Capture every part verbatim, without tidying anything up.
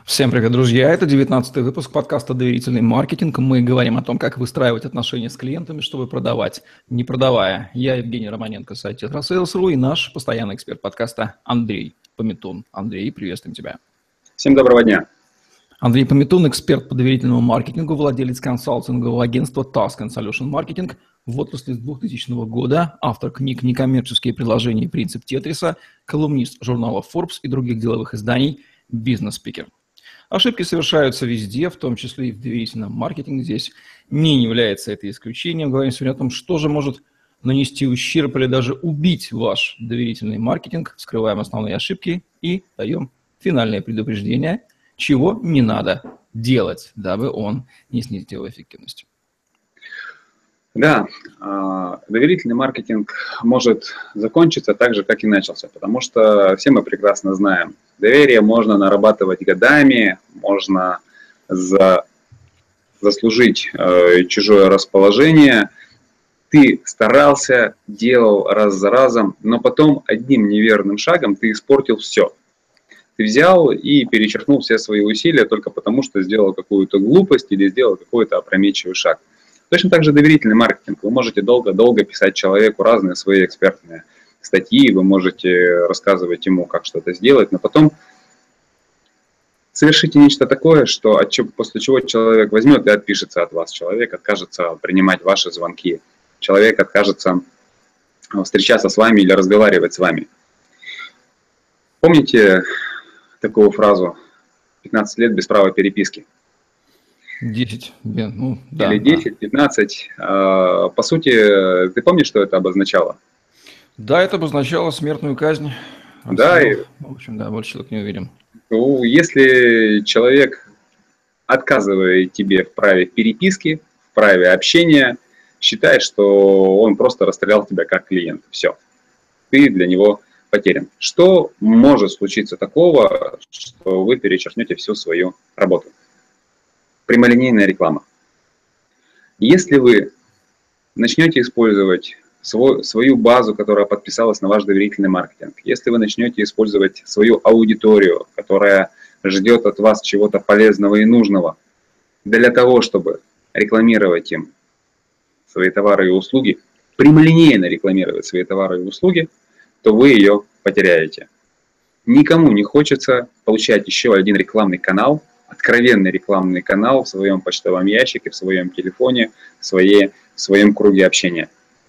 Всем привет, друзья! Это девятнадцатый выпуск подкаста «Доверительный маркетинг». Мы говорим о том, как выстраивать отношения с клиентами, чтобы продавать, не продавая. Я Евгений Романенко, сайт тетрасейлс точка ру, и наш постоянный эксперт подкаста Андрей Пометун. Андрей, приветствуем тебя. Всем доброго дня. Андрей Пометун, эксперт по доверительному маркетингу, владелец консалтингового агентства Task and Solution Marketing в отрасли с двухтысячного года, автор книг «Некоммерческие приложения и принцип Тетриса», колумнист журнала Forbes и других деловых изданий, бизнес-спикер. Ошибки совершаются везде, в том числе и в доверительном маркетинге. Здесь не является это исключением. Говорим сегодня о том, что же может нанести ущерб или даже убить ваш доверительный маркетинг. Вскрываем основные ошибки и даем финальное предупреждение, чего не надо делать, дабы он не снизил эффективность. Да, доверительный маркетинг может закончиться так же, как и начался, потому что все мы прекрасно знаем, доверие можно нарабатывать годами, можно за, заслужить э, чужое расположение. Ты старался, делал раз за разом, но потом одним неверным шагом ты испортил все. Ты взял и перечеркнул все свои усилия только потому, что сделал какую-то глупость или сделал какой-то опрометчивый шаг. Точно так же доверительный маркетинг. Вы можете долго-долго писать человеку разные свои экспертные статьи, вы можете рассказывать ему, как что-то сделать, но потом совершите нечто такое, что, после чего человек возьмет и отпишется от вас. Человек откажется принимать ваши звонки. Человек откажется встречаться с вами или разговаривать с вами. Помните такую фразу «пятнадцать лет без права переписки»? десять, ну, да. Или десять, пятнадцать. По сути, ты помнишь, что это обозначало? Да, это обозначало смертную казнь. Да, и, в общем, да, больше человек не уверен. Ну, если человек отказывает тебе в праве переписки, в праве общения, считай, что он просто расстрелял тебя как клиент. Все. Ты для него потерян. Что может случиться такого, что вы перечеркнете всю свою работу? Прямолинейная реклама. Если вы начнете использовать свой, свою базу, которая подписалась на ваш доверительный маркетинг, если вы начнете использовать свою аудиторию, которая ждет от вас чего-то полезного и нужного, для того, чтобы рекламировать им свои товары и услуги, прямолинейно рекламировать свои товары и услуги, то вы ее потеряете. Никому не хочется получать еще один рекламный канал, откровенный рекламный канал в своем почтовом ящике, в своем телефоне, в, своей, в своем круге общения.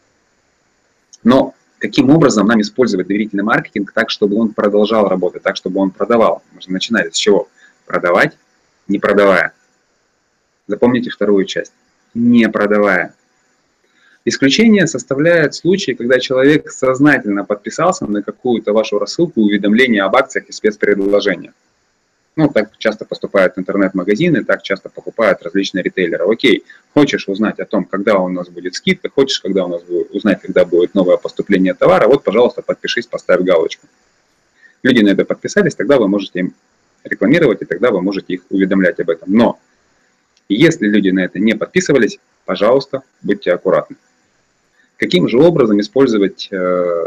Но каким образом нам использовать доверительный маркетинг так, чтобы он продолжал работать, так, чтобы он продавал? Мы же начинали с чего? Продавать, не продавая. Запомните вторую часть. Не продавая. Исключение составляет случаи, когда человек сознательно подписался на какую-то вашу рассылку, уведомление об акциях и спецпредложениях. Ну, так часто поступают интернет-магазины, так часто покупают различные ритейлеры. Окей, хочешь узнать о том, когда у нас будет скидка, хочешь, когда у нас будет, узнать, когда будет новое поступление товара, вот, пожалуйста, подпишись, поставь галочку. Люди на это подписались, тогда вы можете им рекламировать, и тогда вы можете их уведомлять об этом. Но если люди на это не подписывались, пожалуйста, будьте аккуратны. Каким же образом использовать э,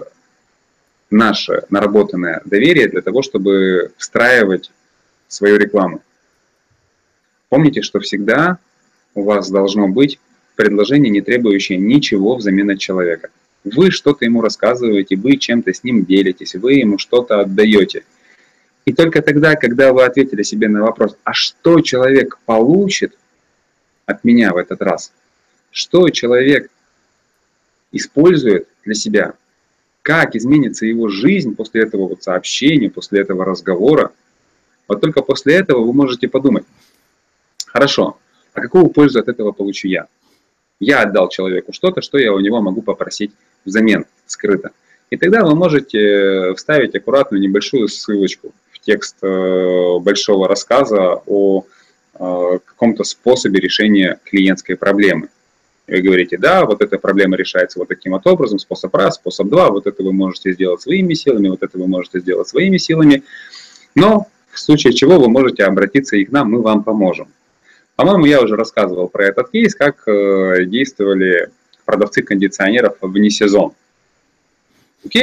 наше наработанное доверие для того, чтобы встраивать свою рекламу? Помните, что всегда у вас должно быть предложение, не требующее ничего взамен от человека. Вы что-то ему рассказываете, вы чем-то с ним делитесь, вы ему что-то отдаете. И только тогда, когда вы ответили себе на вопрос, а что человек получит от меня в этот раз, что человек использует для себя, как изменится его жизнь после этого вот сообщения, после этого разговора, вот только после этого вы можете подумать, хорошо, а какую пользу от этого получу я? Я отдал человеку что-то, что я у него могу попросить взамен, скрыто. И тогда вы можете вставить аккуратную небольшую ссылочку в текст большого рассказа о каком-то способе решения клиентской проблемы. Вы говорите, да, вот эта проблема решается вот таким вот образом, способ раз, способ два, вот это вы можете сделать своими силами, вот это вы можете сделать своими силами, но в случае чего вы можете обратиться и к нам, мы вам поможем. По-моему, я уже рассказывал про этот кейс, как действовали продавцы кондиционеров вне сезон. Окей,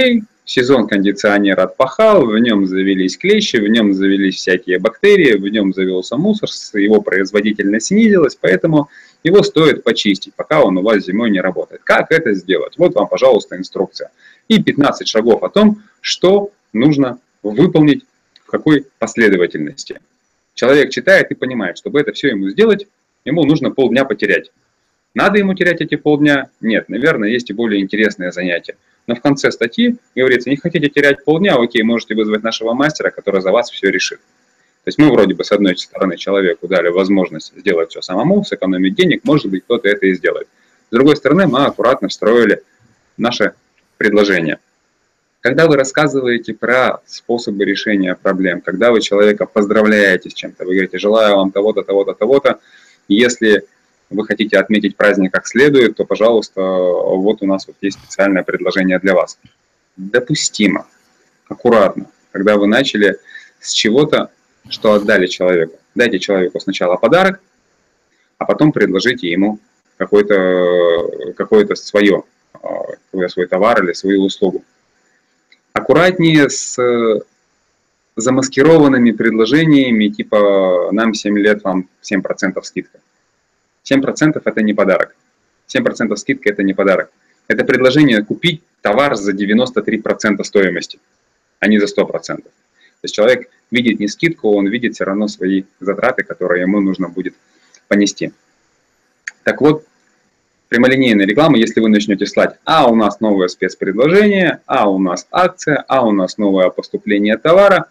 сезон кондиционер отпахал, в нем завелись клещи, в нем завелись всякие бактерии, в нем завелся мусор, его производительность снизилась, поэтому его стоит почистить, пока он у вас зимой не работает. Как это сделать? Вот вам, пожалуйста, инструкция. И пятнадцать шагов о том, что нужно выполнить, в какой последовательности. Человек читает и понимает, чтобы это все ему сделать, ему нужно полдня потерять. Надо ему терять эти полдня? Нет, наверное, есть и более интересные занятия. Но в конце статьи говорится, не хотите терять полдня, окей, можете вызвать нашего мастера, который за вас все решит. То есть мы вроде бы с одной стороны человеку дали возможность сделать все самому, сэкономить денег, может быть, кто-то это и сделает. С другой стороны, мы аккуратно встроили наше предложение. Когда вы рассказываете про способы решения проблем, когда вы человека поздравляете с чем-то, вы говорите, желаю вам того-то, того-то, того-то, если вы хотите отметить праздник как следует, то, пожалуйста, вот у нас вот есть специальное предложение для вас. Допустимо, аккуратно, когда вы начали с чего-то, что отдали человеку. Дайте человеку сначала подарок, а потом предложите ему какой-то какой-то свое, какой-то свой товар или свою услугу. Аккуратнее с замаскированными предложениями, типа «нам семь лет, вам семь процентов скидка». семь процентов это не подарок. семь процентов скидка это не подарок. Это предложение купить товар за девяносто три процента стоимости, а не за сто процентов. То есть человек видит не скидку, он видит все равно свои затраты, которые ему нужно будет понести. Так вот, прямолинейная реклама, если вы начнете слать, а у нас новое спецпредложение, а у нас акция, а у нас новое поступление товара,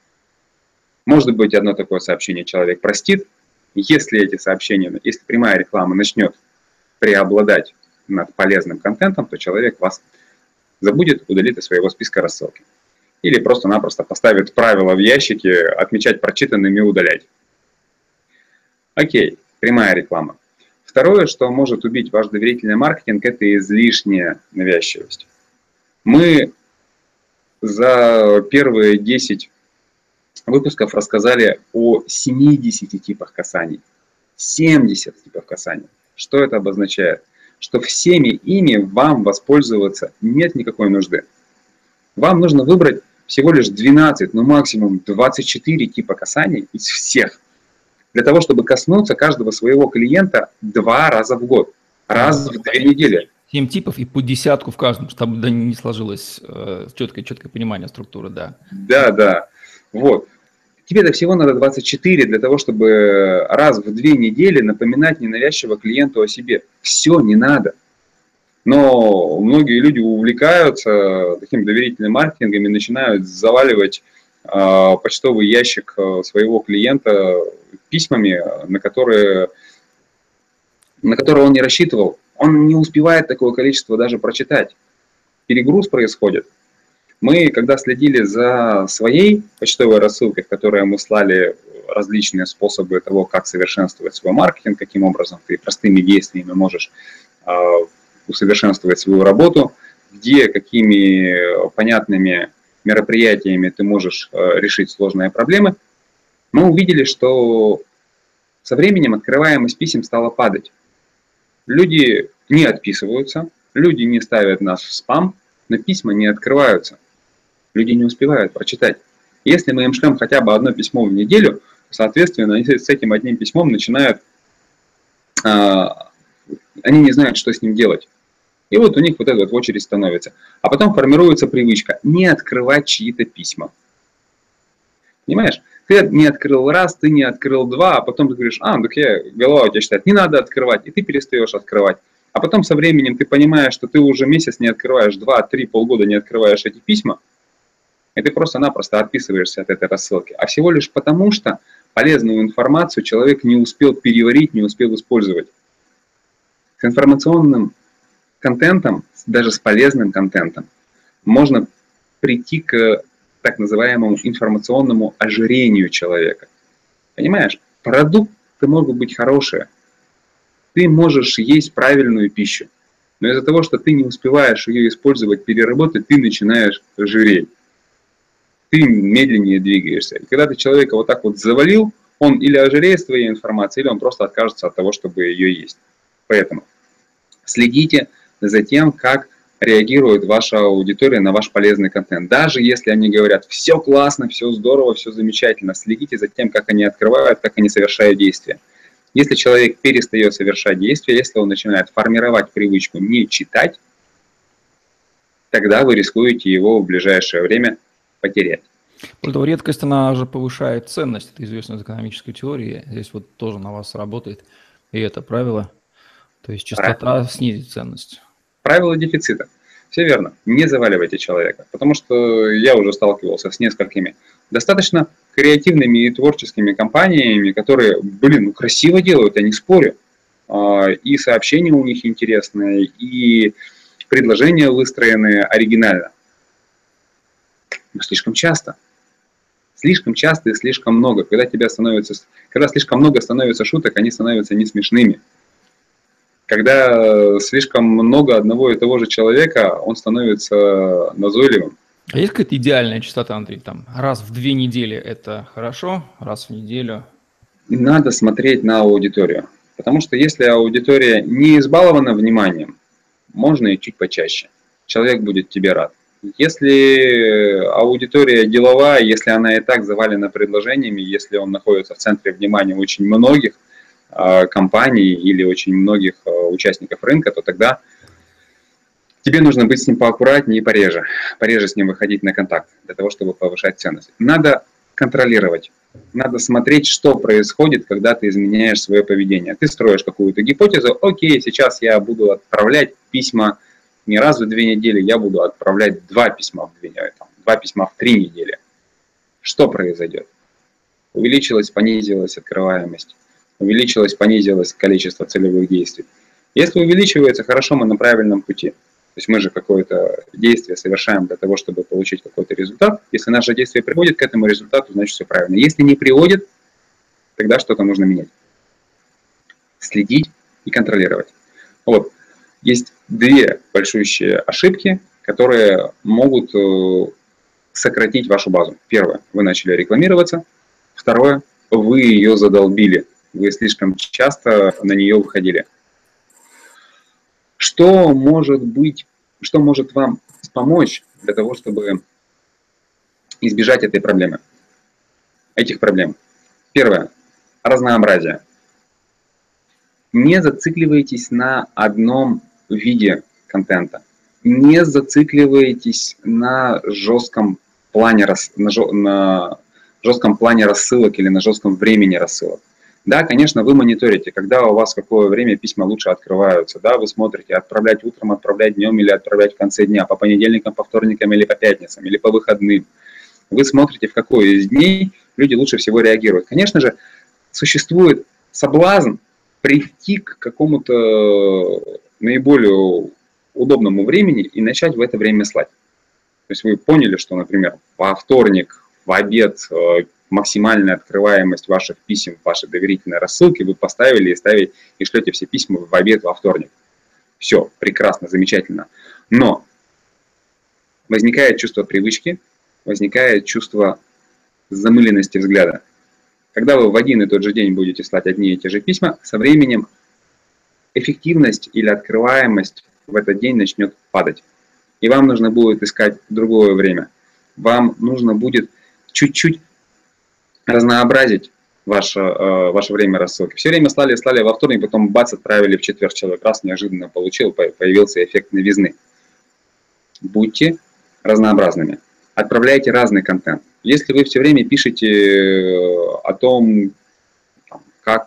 может быть одно такое сообщение человек простит. Если эти сообщения, если прямая реклама начнет преобладать над полезным контентом, то человек вас забудет, удалит из своего списка рассылки. Или просто-напросто поставит правило в ящике, отмечать прочитанным и удалять. Окей, прямая реклама. Второе, что может убить ваш доверительный маркетинг, это излишняя навязчивость. Мы за первые десять выпусков рассказали о семидесяти типах касаний. семьдесят типов касаний. Что это обозначает? Что всеми ими вам воспользоваться нет никакой нужды. Вам нужно выбрать всего лишь двенадцать, ну максимум двадцать четыре типа касаний из всех. Для того, чтобы коснуться каждого своего клиента два раза в год. Раз в две недели. Семь типов и по десятку в каждом, чтобы да, не сложилось э, четкое, четкое понимание структуры, да. Да, да. Вот. Тебе-то всего надо двадцать четыре для того, чтобы раз в две недели напоминать ненавязчиво клиенту о себе. Все не надо. Но многие люди увлекаются таким доверительным маркетингом и начинают заваливать э, почтовый ящик своего клиента письмами, на которые, на которые он не рассчитывал. Он не успевает такое количество даже прочитать. Перегруз происходит. Мы, когда следили за своей почтовой рассылкой, в которой мы слали различные способы того, как совершенствовать свой маркетинг, каким образом ты простыми действиями можешь э, усовершенствовать свою работу, где, какими понятными мероприятиями ты можешь э, решить сложные проблемы, мы увидели, что со временем открываемость писем стала падать. Люди не отписываются, люди не ставят нас в спам, но письма не открываются. Люди не успевают прочитать. Если мы им шлем хотя бы одно письмо в неделю, соответственно, они с этим одним письмом начинают, э, они не знают, что с ним делать. И вот у них вот эта вот очередь становится. А потом формируется привычка не открывать чьи-то письма. Понимаешь? Ты не открыл раз, ты не открыл два, а потом ты говоришь, а, так я, голова у тебя считает, не надо открывать, и ты перестаешь открывать. А потом со временем ты понимаешь, что ты уже месяц не открываешь, два, три, полгода не открываешь эти письма, и ты просто-напросто отписываешься от этой рассылки. А всего лишь потому, что полезную информацию человек не успел переварить, не успел использовать. С информационным контентом, даже с полезным контентом, можно прийти к так называемому информационному ожирению человека. Понимаешь? Продукты могут быть хорошие. Ты можешь есть правильную пищу, но из-за того, что ты не успеваешь ее использовать, переработать, ты начинаешь жиреть. Ты медленнее двигаешься. И когда ты человека вот так вот завалил, он или ожиреет с твоей информацией, или он просто откажется от того, чтобы ее есть. Поэтому следите за тем, как реагирует ваша аудитория на ваш полезный контент. Даже если они говорят, все классно, все здорово, все замечательно, следите за тем, как они открывают, как они совершают действия. Если человек перестает совершать действия, если он начинает формировать привычку не читать, тогда вы рискуете его в ближайшее время потерять. Более редкость, она же повышает ценность. Это известно из экономической теории. Здесь вот тоже на вас работает и это правило. То есть частота правило. Снизит ценность. Правило дефицита. Все верно. Не заваливайте человека. Потому что я уже сталкивался с несколькими достаточно креативными и творческими компаниями, которые, блин, ну красиво делают, я не спорю. И сообщения у них интересные, и предложения выстроены оригинально. Но слишком часто. Слишком часто и слишком много. Когда, тебя становится, когда слишком много становится шуток, они становятся не смешными. Когда слишком много одного и того же человека, он становится назойливым. А есть какая-то идеальная частота, Андрей? Там раз в две недели это хорошо, раз в неделю? Надо смотреть на аудиторию. Потому что если аудитория не избалована вниманием, можно и чуть почаще. Человек будет тебе рад. Если аудитория деловая, если она и так завалена предложениями, если он находится в центре внимания очень многих э, компаний или очень многих э, участников рынка, то тогда тебе нужно быть с ним поаккуратнее и пореже. Пореже с ним выходить на контакт, для того, чтобы повышать ценность. Надо контролировать. Надо смотреть, что происходит, когда ты изменяешь свое поведение. Ты строишь какую-то гипотезу, окей, сейчас я буду отправлять письма не раз в две недели, я буду отправлять два письма в две недели, там, два письма в три недели. Что произойдет? Увеличилась, понизилась открываемость, увеличилось, понизилось количество целевых действий. Если увеличивается, хорошо, мы на правильном пути. То есть мы же какое-то действие совершаем для того, чтобы получить какой-то результат. Если наше действие приводит к этому результату, значит все правильно. Если не приводит, тогда что-то нужно менять. Следить и контролировать. Вот. Есть две большущие ошибки, которые могут сократить вашу базу. Первое, вы начали рекламироваться. Второе, вы ее задолбили. Вы слишком часто на нее выходили. Что может быть, что может вам помочь для того, чтобы избежать этой проблемы? Этих проблем. Первое, разнообразие. Не зацикливайтесь на одном виде контента. Не зацикливайтесь на жестком плане, на, на жестком плане рассылок или на жестком времени рассылок. Да, конечно, вы мониторите, когда у вас в какое время письма лучше открываются. Да, вы смотрите, отправлять утром, отправлять днем или отправлять в конце дня, по понедельникам, по вторникам или по пятницам, или по выходным. Вы смотрите, в какой из дней люди лучше всего реагируют. Конечно же, существует соблазн прийти к какому-то наиболее удобному времени и начать в это время слать. То есть вы поняли, что, например, во вторник, в обед максимальная открываемость ваших писем, вашей доверительной рассылки вы поставили и ставите, и шлете все письма в обед во вторник. Все, прекрасно, замечательно. Но возникает чувство привычки, возникает чувство замыленности взгляда. Когда вы в один и тот же день будете слать одни и те же письма, со временем эффективность или открываемость в этот день начнет падать. И вам нужно будет искать другое время. Вам нужно будет чуть-чуть разнообразить ваше, э, ваше время рассылки. Все время слали, слали во вторник, потом бац, отправили в четверг. Человек раз неожиданно получил, появился эффект новизны. Будьте разнообразными. Отправляйте разный контент. Если вы все время пишете о том, как,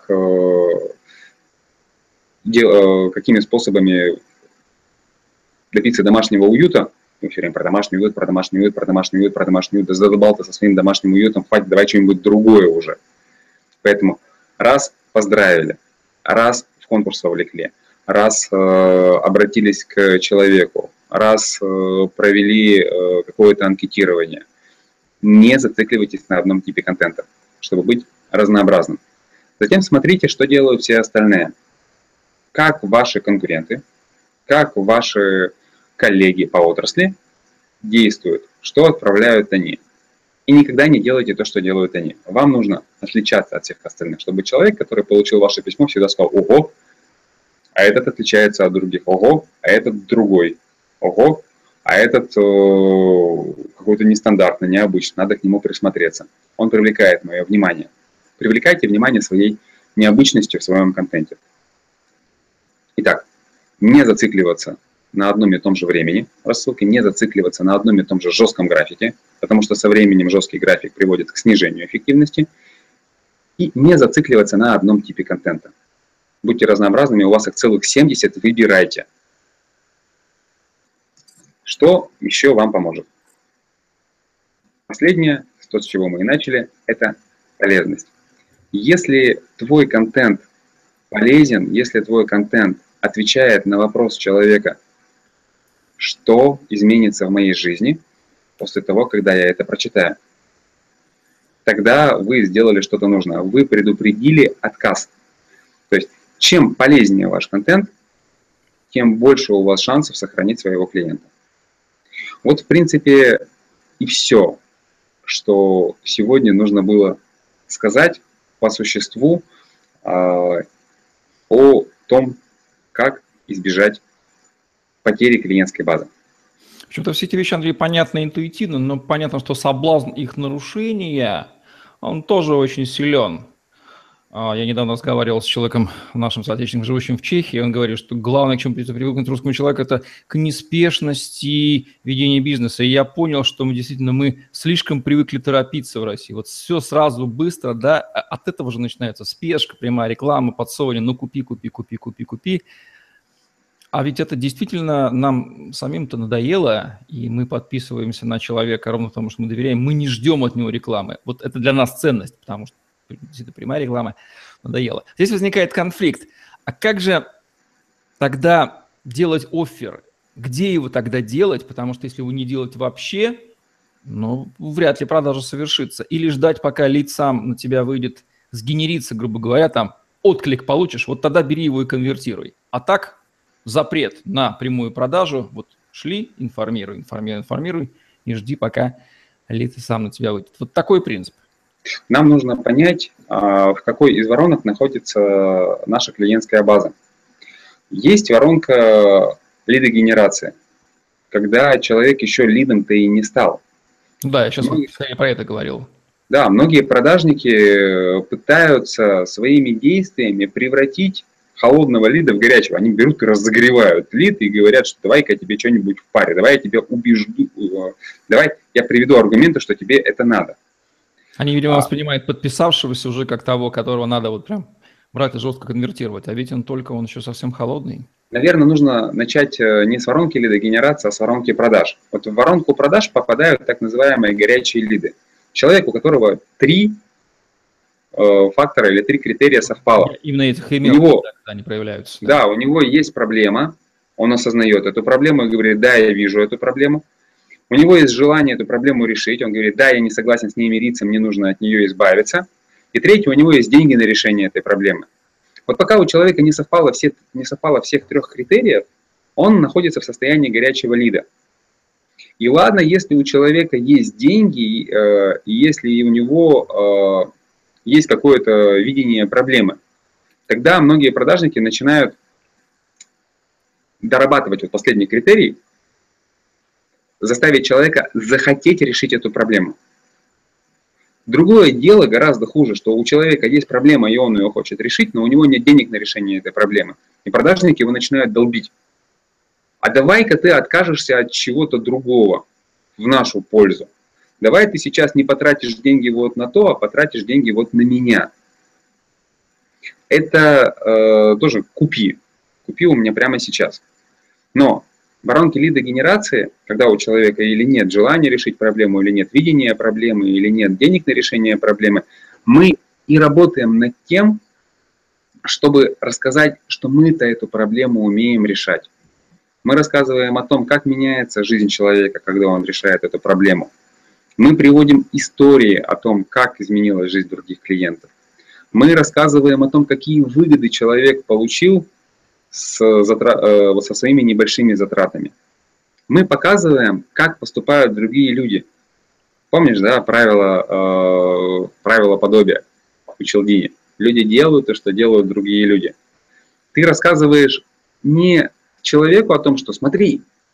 какими способами добиться домашнего уюта, мы все время про домашний уют, про домашний уют, про домашний уют, про домашний уют, да задолбал ты со своим домашним уютом, хватит, давай что-нибудь другое уже. Поэтому раз поздравили, раз в конкурс вовлекли, раз э, обратились к человеку, раз э, провели э, какое-то анкетирование, не зацикливайтесь на одном типе контента, чтобы быть разнообразным. Затем смотрите, что делают все остальные. Как ваши конкуренты, как ваши коллеги по отрасли действуют, что отправляют они. И никогда не делайте то, что делают они. Вам нужно отличаться от всех остальных, чтобы человек, который получил ваше письмо, всегда сказал: ого, а этот отличается от других, ого, а этот другой. ого, а этот э, какой-то нестандартный, необычный, надо к нему присмотреться. Он привлекает мое внимание. Привлекайте внимание своей необычностью в своем контенте. Итак, не зацикливаться на одном и том же времени рассылки, не зацикливаться на одном и том же жестком графике, потому что со временем жесткий график приводит к снижению эффективности, и не зацикливаться на одном типе контента. Будьте разнообразными, у вас их целых семьдесят, выбирайте. Что еще вам поможет? Последнее, то, с чего мы и начали, это полезность. Если твой контент полезен, если твой контент отвечает на вопрос человека, что изменится в моей жизни после того, когда я это прочитаю, тогда вы сделали что-то нужное. Вы предупредили отказ. То есть, чем полезнее ваш контент, тем больше у вас шансов сохранить своего клиента. Вот, в принципе, и все, что сегодня нужно было сказать по существу э, о том, как избежать потери клиентской базы. В общем-то, все эти вещи, Андрей, понятны интуитивно, но понятно, что соблазн их нарушения, он тоже очень силен. Я недавно разговаривал с человеком, нашим соотечественником, живущим в Чехии, он говорит, что главное, к чему привыкнуть русскому человеку, это к неспешности ведения бизнеса. И я понял, что мы действительно мы слишком привыкли торопиться в России. Вот все сразу, быстро, да, от этого же начинается спешка, прямая реклама, подсовывание, ну купи, купи, купи, купи, купи. А ведь это действительно нам самим-то надоело, и мы подписываемся на человека ровно потому, что мы доверяем, мы не ждем от него рекламы. Вот это для нас ценность, потому что это прямая реклама, надоело. Здесь возникает конфликт. А как же тогда делать оффер? Где его тогда делать? Потому что если его не делать вообще, ну, вряд ли продажа совершится. Или ждать, пока лид сам на тебя выйдет, сгенерится, грубо говоря, там отклик получишь, вот тогда бери его и конвертируй. А так запрет на прямую продажу, вот шли, информируй, информируй, информируй, и жди, пока лид сам на тебя выйдет. Вот такой принцип. Нам нужно понять, в какой из воронок находится наша клиентская база. Есть воронка лидогенерации, когда человек еще лидом-то и не стал. Да, я сейчас многие, вот про это говорил. Да, многие продажники пытаются своими действиями превратить холодного лида в горячего. Они берут и разогревают лид и говорят, что давай-ка я тебе что-нибудь впарю, давай я тебя убежду, давай я приведу аргументы, что тебе это надо. Они, видимо, а. воспринимают подписавшегося уже как того, которого надо вот прям брать и жестко конвертировать. А ведь он только, он еще совсем холодный. Наверное, нужно начать не с воронки лидогенерации, а с воронки продаж. Вот в воронку продаж попадают так называемые горячие лиды. Человек, у которого три э, фактора или три критерия совпало. Именно этих имен, него, когда они проявляются. Да. да, у него есть проблема, он осознает эту проблему и говорит, да, я вижу эту проблему. У него есть желание эту проблему решить. Он говорит, да, я не согласен с ней мириться, мне нужно от нее избавиться. И третье, у него есть деньги на решение этой проблемы. Вот пока у человека не совпало, все, не совпало всех трех критериев, он находится в состоянии горячего лида. И ладно, если у человека есть деньги, э, и если у него э, есть какое-то видение проблемы, тогда многие продажники начинают дорабатывать вот последний критерий, заставить человека захотеть решить эту проблему. Другое дело гораздо хуже, что у человека есть проблема, и он ее хочет решить, но у него нет денег на решение этой проблемы. И продажники его начинают долбить. А давай-ка ты откажешься от чего-то другого в нашу пользу. Давай ты сейчас не потратишь деньги вот на то, а потратишь деньги вот на меня. Это э, тоже купи. Купи у меня прямо сейчас. Но воронки лидогенерации, когда у человека или нет желания решить проблему, или нет видения проблемы, или нет денег на решение проблемы, мы и работаем над тем, чтобы рассказать, что мы-то эту проблему умеем решать. Мы рассказываем о том, как меняется жизнь человека, когда он решает эту проблему. Мы приводим истории о том, как изменилась жизнь других клиентов. Мы рассказываем о том, какие выгоды человек получил с, затра... со своими небольшими затратами. Мы показываем, как поступают другие люди. Помнишь, да, правило, э, правило подобия у Челдини? Люди делают то, что делают другие люди. Ты рассказываешь не человеку о том, что смотри,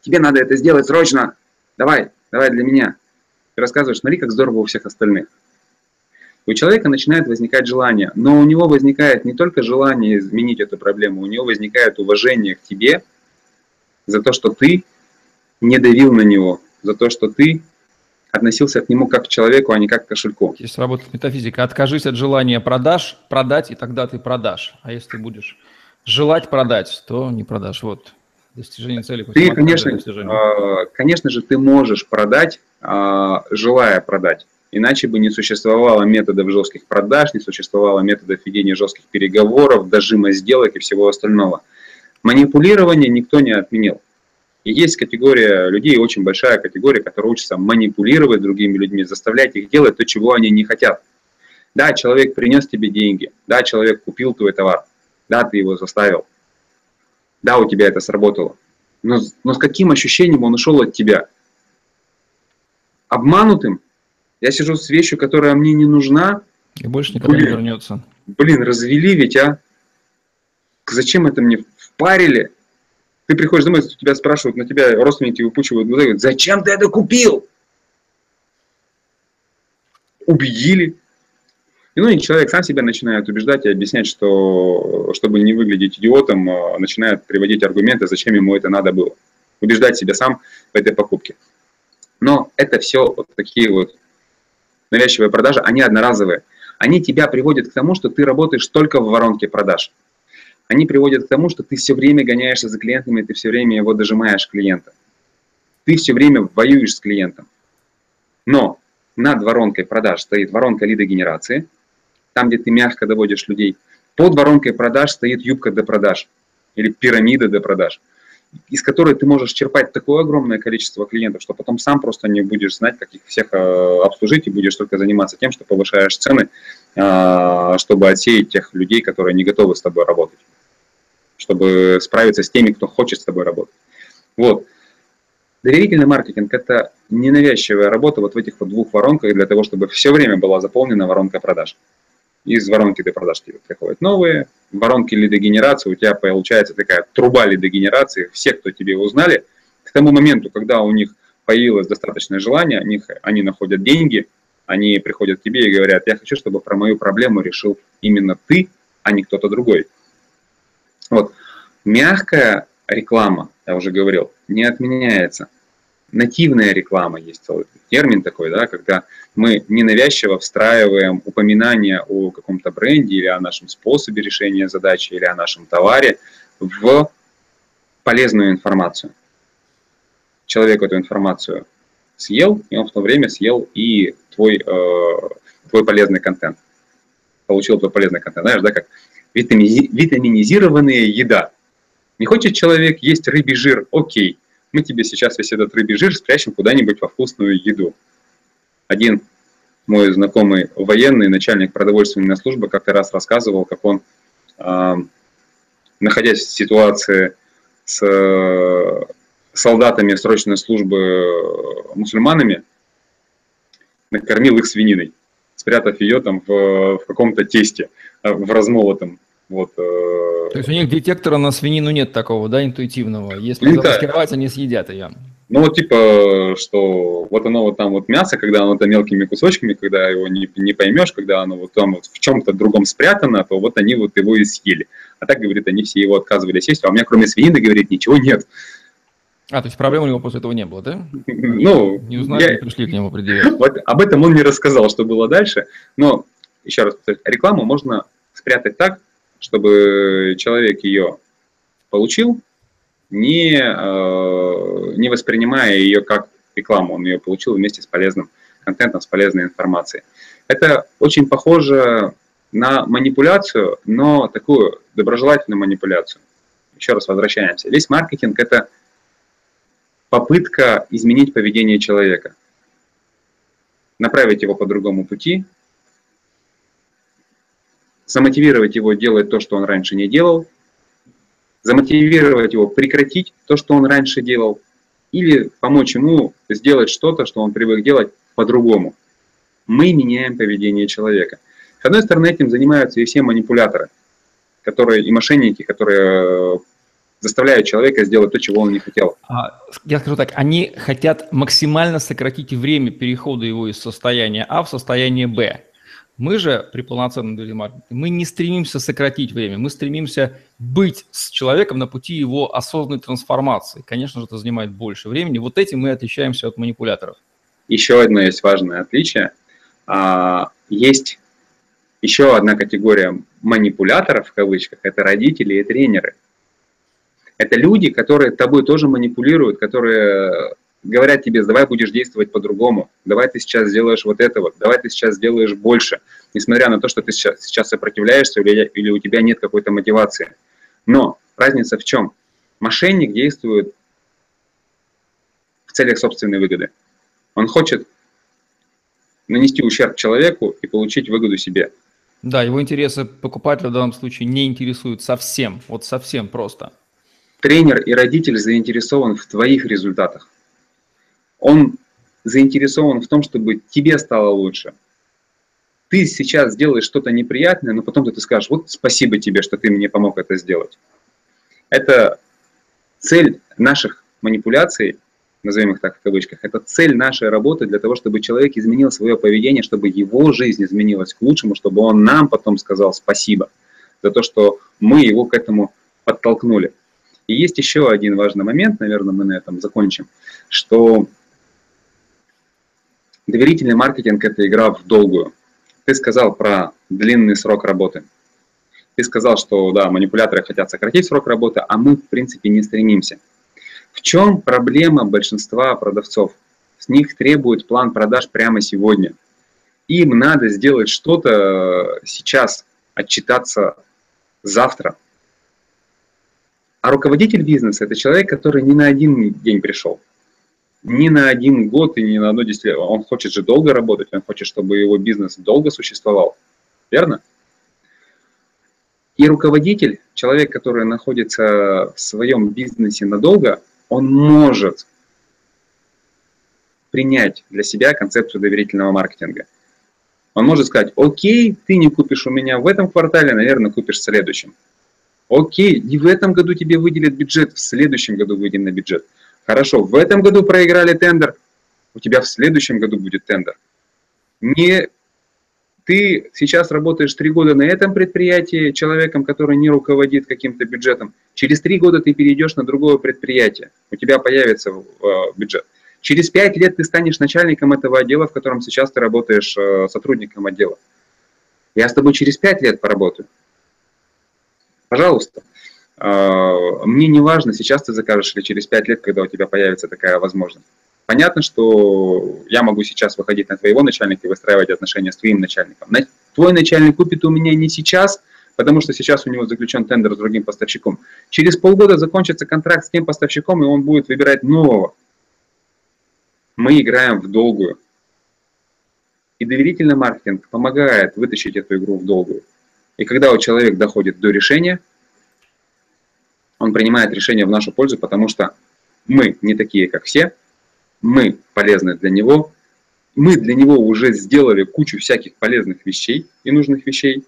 тебе надо это сделать срочно, давай, давай для меня. Ты рассказываешь, смотри, как здорово у всех остальных. У человека начинает возникать желание, но у него возникает не только желание изменить эту проблему, у него возникает уважение к тебе за то, что ты не давил на него, за то, что ты относился к нему как к человеку, а не как к кошельку. Здесь работает метафизика. Откажись от желания продаж, продать, и тогда ты продашь. А если ты будешь желать продать, то не продашь. Вот. Достижение цели. Ты, конечно, конечно же, ты можешь продать, желая продать. Иначе бы не существовало методов жестких продаж, не существовало методов ведения жестких переговоров, дожима сделок и всего остального. Манипулирование никто не отменил. И есть категория людей, очень большая категория, которая учится манипулировать другими людьми, заставлять их делать то, чего они не хотят. Да, человек принес тебе деньги, да, человек купил твой товар, да, ты его заставил, да, у тебя это сработало. Но, но с каким ощущением он ушел от тебя? Обманутым? Я сижу с вещью, которая мне не нужна. И больше никогда блин, не вернется. Блин, развели ведь, а? Зачем это мне впарили? Ты приходишь домой, тебя спрашивают, на тебя родственники выпучивают глаза, говорят, зачем ты это купил? Убедили. И ну и человек сам себя начинает убеждать и объяснять, что, чтобы не выглядеть идиотом, начинает приводить аргументы, зачем ему это надо было. Убеждать себя сам в этой покупке. Но это все вот такие вот навязчивые продажи, они одноразовые. Они тебя приводят к тому, что ты работаешь только в воронке продаж. Они приводят к тому, что ты все время гоняешься за клиентами, ты все время его дожимаешь клиента. Ты все время воюешь с клиентом. Но над воронкой продаж стоит воронка лидогенерации, там, где ты мягко доводишь людей. Под воронкой продаж стоит юбка до продаж или пирамида до продаж, из которой ты можешь черпать такое огромное количество клиентов, что потом сам просто не будешь знать, как их всех обслужить, и будешь только заниматься тем, что повышаешь цены, чтобы отсеять тех людей, которые не готовы с тобой работать, чтобы справиться с теми, кто хочет с тобой работать. Вот. Доверительный маркетинг – это ненавязчивая работа вот в этих вот двух воронках для того, чтобы все время была заполнена воронка продаж. Из воронки до продаж тебе приходят новые, в воронке лидогенерации у тебя получается такая труба лидогенерации. Все, кто тебе узнали, к тому моменту, когда у них появилось достаточное желание, они, они находят деньги, они приходят к тебе и говорят, я хочу, чтобы про мою проблему решил именно ты, а не кто-то другой. Вот. Мягкая реклама, я уже говорил, не отменяется. Нативная реклама, есть целый термин такой, да, когда мы ненавязчиво встраиваем упоминания о каком-то бренде или о нашем способе решения задачи или о нашем товаре в полезную информацию. Человек эту информацию съел, и он в то время съел и твой, э, твой полезный контент. Получил твой полезный контент. Знаешь, да, как витамини- витаминизированная еда. Не хочет человек есть рыбий жир? Окей. Мы тебе сейчас весь этот рыбий жир спрячем куда-нибудь во вкусную еду. Один мой знакомый военный, начальник продовольственной службы, как-то раз рассказывал, как он, э, находясь в ситуации с э, солдатами срочной службы мусульманами, накормил их свининой, спрятав ее там в, в каком-то тесте, в размолотом. Вот, э... То есть у них детектора на свинину нет такого, да, интуитивного? Если ну, замаскировать, да. Они съедят ее. Ну вот типа, что вот оно вот там вот мясо, когда оно там мелкими кусочками, когда его не, не поймешь, когда оно вот там вот в чем-то другом спрятано, то вот они вот его и съели. А так, говорит, они все его отказывались есть, а у меня кроме свинины, говорит, ничего нет. А, то есть проблем у него после этого не было, да? Ну, не узнали, я... не пришли к нему предъявить. Вот об этом он не рассказал, что было дальше. Но, еще раз повторюсь, рекламу можно спрятать так, чтобы человек ее получил, не, э, не воспринимая ее как рекламу. Он ее получил вместе с полезным контентом, с полезной информацией. Это очень похоже на манипуляцию, но такую доброжелательную манипуляцию. Еще раз возвращаемся. Весь маркетинг – это попытка изменить поведение человека, направить его по другому пути, замотивировать его делать то, что он раньше не делал, замотивировать его прекратить то, что он раньше делал, или помочь ему сделать что-то, что он привык делать по-другому. Мы меняем поведение человека. С одной стороны, этим занимаются и все манипуляторы, которые, и мошенники, которые заставляют человека сделать то, чего он не хотел. Я скажу так, они хотят максимально сократить время перехода его из состояния А в состояние Б. Мы же при полноценном доверительном маркетинге, мы не стремимся сократить время, мы стремимся быть с человеком на пути его осознанной трансформации. Конечно же, это занимает больше времени. Вот этим мы отличаемся от манипуляторов. Еще одно есть важное отличие. Есть еще одна категория манипуляторов, в кавычках, это родители и тренеры. Это люди, которые тобой тоже манипулируют, которые говорят тебе, давай будешь действовать по-другому, давай ты сейчас сделаешь вот это вот, давай ты сейчас сделаешь больше, несмотря на то, что ты сейчас, сейчас сопротивляешься или, или у тебя нет какой-то мотивации. Но разница в чем? Мошенник действует в целях собственной выгоды. Он хочет нанести ущерб человеку и получить выгоду себе. Да, его интересы покупателя в данном случае не интересуют совсем, вот совсем просто. Тренер и родитель заинтересован в твоих результатах. Он заинтересован в том, чтобы тебе стало лучше. Ты сейчас сделаешь что-то неприятное, но потом ты скажешь, вот спасибо тебе, что ты мне помог это сделать. Это цель наших манипуляций, назовем их так в кавычках, это цель нашей работы для того, чтобы человек изменил свое поведение, чтобы его жизнь изменилась к лучшему, чтобы он нам потом сказал спасибо за то, что мы его к этому подтолкнули. И есть еще один важный момент, наверное, мы на этом закончим, что доверительный маркетинг – это игра в долгую. Ты сказал про длинный срок работы. Ты сказал, что да, манипуляторы хотят сократить срок работы, а мы, в принципе, не стремимся. В чем проблема большинства продавцов? С них требует план продаж прямо сегодня. Им надо сделать что-то сейчас, отчитаться завтра. А руководитель бизнеса – это человек, который не на один день пришел, не на один год и не на одно десятилетие. Он хочет же долго работать, он хочет, чтобы его бизнес долго существовал. Верно? И руководитель, человек, который находится в своем бизнесе надолго, он может принять для себя концепцию доверительного маркетинга. Он может сказать, окей, ты не купишь у меня в этом квартале, наверное, купишь в следующем. Окей, и в этом году тебе выделят бюджет, в следующем году выделен бюджет. Хорошо, в этом году проиграли тендер, у тебя в следующем году будет тендер. Не ты сейчас работаешь три года на этом предприятии человеком, который не руководит каким-то бюджетом. Через три года ты перейдешь на другое предприятие, у тебя появится э, бюджет. Через пять лет ты станешь начальником этого отдела, в котором сейчас ты работаешь э, сотрудником отдела. Я с тобой через пять лет поработаю. Пожалуйста. Э, мне не важно, сейчас ты закажешь или через пять лет, когда у тебя появится такая возможность. Понятно, что я могу сейчас выходить на твоего начальника и выстраивать отношения с твоим начальником. Твой начальник купит у меня не сейчас, потому что сейчас у него заключен тендер с другим поставщиком. Через полгода закончится контракт с тем поставщиком, и он будет выбирать нового. Мы играем в долгую. И доверительный маркетинг помогает вытащить эту игру в долгую. И когда у человека доходит до решения, он принимает решение в нашу пользу, потому что мы не такие, как все, мы полезны для него, мы для него уже сделали кучу всяких полезных вещей и нужных вещей,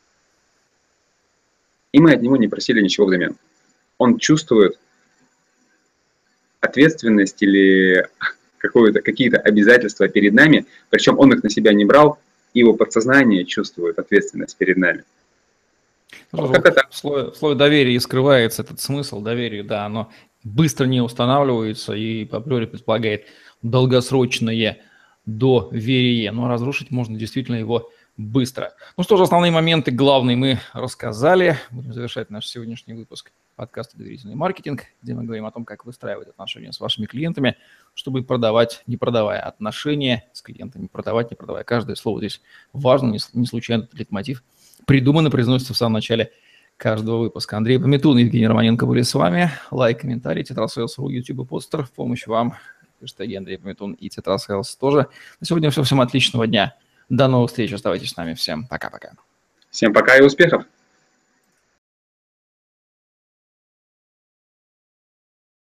и мы от него не просили ничего взамен. Он чувствует ответственность или какие-то обязательства перед нами, причем он их на себя не брал, и его подсознание чувствует ответственность перед нами. Вот как это? В слове, в слове доверия и скрывается этот смысл доверия, да, оно быстро не устанавливается и априори предполагает долгосрочное доверие, но разрушить можно действительно его быстро. Ну что же, основные моменты главные мы рассказали. Будем завершать наш сегодняшний выпуск подкаста «Доверительный маркетинг», где мы говорим о том, как выстраивать отношения с вашими клиентами, чтобы продавать, не продавая, отношения с клиентами, продавать, не продавая. Каждое слово здесь важно, не случайно этот лейтмотив придуман и произносится в самом начале каждого выпуска. Андрей Пометун и Евгений Романенко были с вами. Лайк, комментарий, тетрасейлс.ру, YouTube и постер. В помощь вам. Хэштеги Андрей Пометун и тетрасейлс тоже. На сегодня все. Всем отличного дня. До новых встреч. Оставайтесь с нами. Всем пока-пока. Всем пока и успехов.